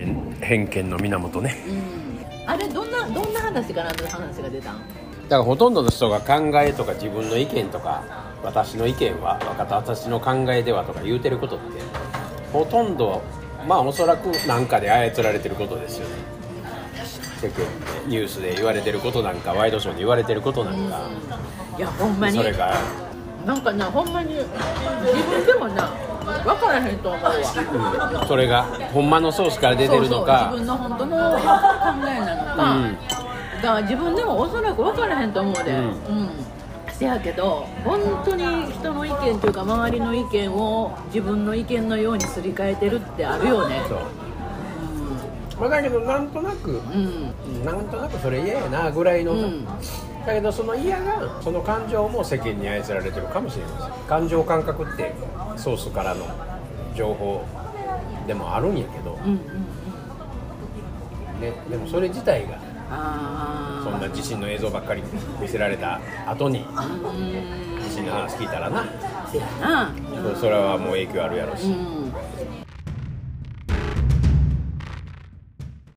偏見の源ね、 あれどんな話かなって話が出たん？ だからほとんどの人が考えとか自分の意見とか私の意見は私の考えではとか言うてることってほとんどまあおそらく何かで操られてることですよね。世間でニュースで言われてることなんかワイドショーで言われてることなんか、 いやほんまにそれがなんかなほんまに自分でもな分からへんと思うわ、 それがほんまのソースから出てるのか、 そうそう自分の本当の考えなのか、だから自分でもおそらく分からへんと思うで、せやけど本当に人の意見というか周りの意見を自分の意見のようにすり替えてるってあるよね。 そう、まあ、だけどなんとなくそれ嫌やなぐらいの、だけどその嫌がその感情も世間に操られてるかもしれません。感情感覚ってソースからの情報でもあるんやけど、ね、でもそれ自体がそんな地震の映像ばっかり見せられた後に地震の話聞いたらな、 せやな、 それはもう影響あるやろし、